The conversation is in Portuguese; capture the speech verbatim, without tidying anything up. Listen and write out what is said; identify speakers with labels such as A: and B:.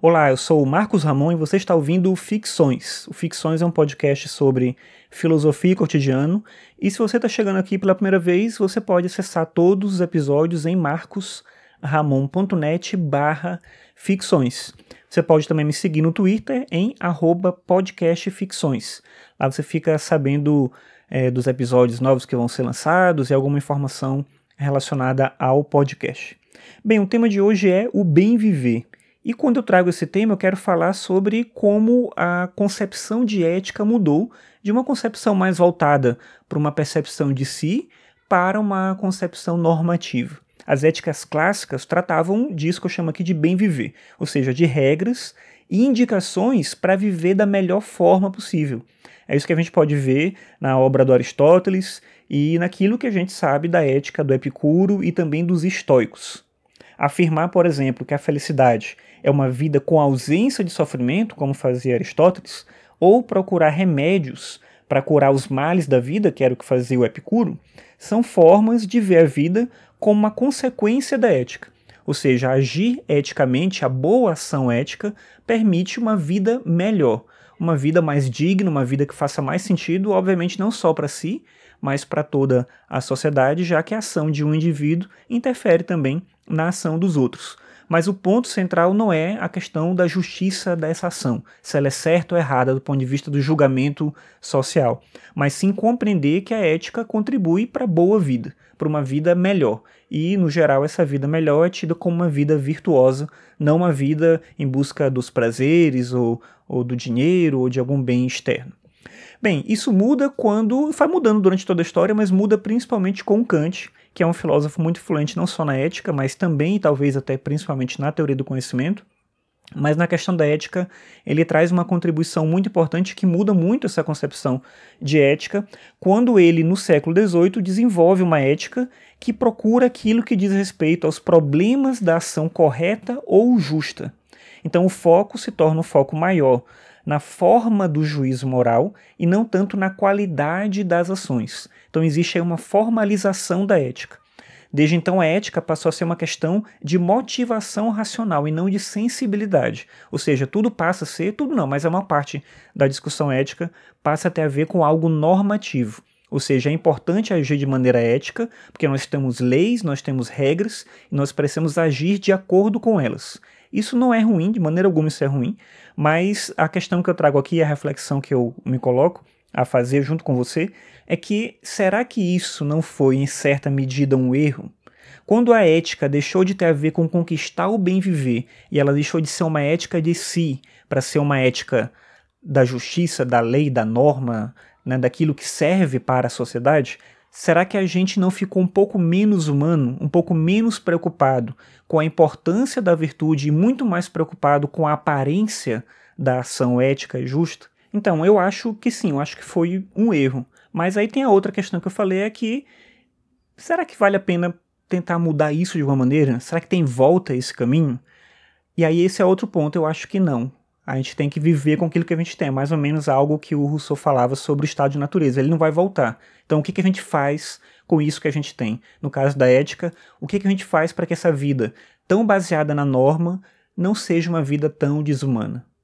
A: Olá, eu sou o Marcos Ramon e você está ouvindo o Ficções. O Ficções é um podcast sobre filosofia e cotidiano, e se você está chegando aqui pela primeira vez, você pode acessar todos os episódios em marcosramon.net barra ficções. Você pode também me seguir no Twitter em arroba podcastficções. Lá você fica sabendo é, dos episódios novos que vão ser lançados e alguma informação relacionada ao podcast. Bem, o tema de hoje é o bem viver. E quando eu trago esse tema, eu quero falar sobre como a concepção de ética mudou de uma concepção mais voltada para uma percepção de si para uma concepção normativa. As éticas clássicas tratavam disso que eu chamo aqui de bem viver, ou seja, de regras e indicações para viver da melhor forma possível. É isso que a gente pode ver na obra do Aristóteles e naquilo que a gente sabe da ética do Epicuro e também dos estoicos. Afirmar, por exemplo, que a felicidade é uma vida com ausência de sofrimento, como fazia Aristóteles, ou procurar remédios para curar os males da vida, que era o que fazia o Epicuro, são formas de ver a vida como uma consequência da ética. Ou seja, agir eticamente, a boa ação ética, permite uma vida melhor, uma vida mais digna, uma vida que faça mais sentido, obviamente não só para si, mas para toda a sociedade, já que a ação de um indivíduo interfere também na ação dos outros. Mas o ponto central não é a questão da justiça dessa ação, se ela é certa ou errada do ponto de vista do julgamento social, mas sim compreender que a ética contribui para a boa vida, para uma vida melhor. E, no geral, essa vida melhor é tida como uma vida virtuosa, não uma vida em busca dos prazeres ou, ou do dinheiro ou de algum bem externo. Bem, isso muda quando... vai mudando durante toda a história, mas muda principalmente com Kant, que é um filósofo muito influente não só na ética, mas também, talvez até principalmente na teoria do conhecimento. Mas na questão da ética, ele traz uma contribuição muito importante que muda muito essa concepção de ética, quando ele, no século dezoito, desenvolve uma ética que procura aquilo que diz respeito aos problemas da ação correta ou justa. Então o foco se torna um foco maior na forma do juízo moral e não tanto na qualidade das ações. Então existe aí uma formalização da ética. Desde então a ética passou a ser uma questão de motivação racional e não de sensibilidade. Ou seja, tudo passa a ser, tudo não, mas a maior parte da discussão ética passa a ter a ver com algo normativo. Ou seja, é importante agir de maneira ética, porque nós temos leis, nós temos regras, e nós precisamos agir de acordo com elas. Isso não é ruim, de maneira alguma isso é ruim, mas a questão que eu trago aqui, a reflexão que eu me coloco a fazer junto com você, é que será que isso não foi, em certa medida, um erro? Quando a ética deixou de ter a ver com conquistar o bem viver, e ela deixou de ser uma ética de si, para ser uma ética da justiça, da lei, da norma, né, daquilo que serve para a sociedade, será que a gente não ficou um pouco menos humano, um pouco menos preocupado com a importância da virtude e muito mais preocupado com a aparência da ação ética e justa? Então, eu acho que sim, eu acho que foi um erro. Mas aí tem a outra questão que eu falei, é que será que vale a pena tentar mudar isso de alguma maneira? Será que tem volta esse caminho? E aí esse é outro ponto, eu acho que não. A gente tem que viver com aquilo que a gente tem, mais ou menos algo que o Rousseau falava sobre o estado de natureza, ele não vai voltar. Então o que, que a gente faz com isso que a gente tem? No caso da ética, o que, que a gente faz para que essa vida, tão baseada na norma, não seja uma vida tão desumana?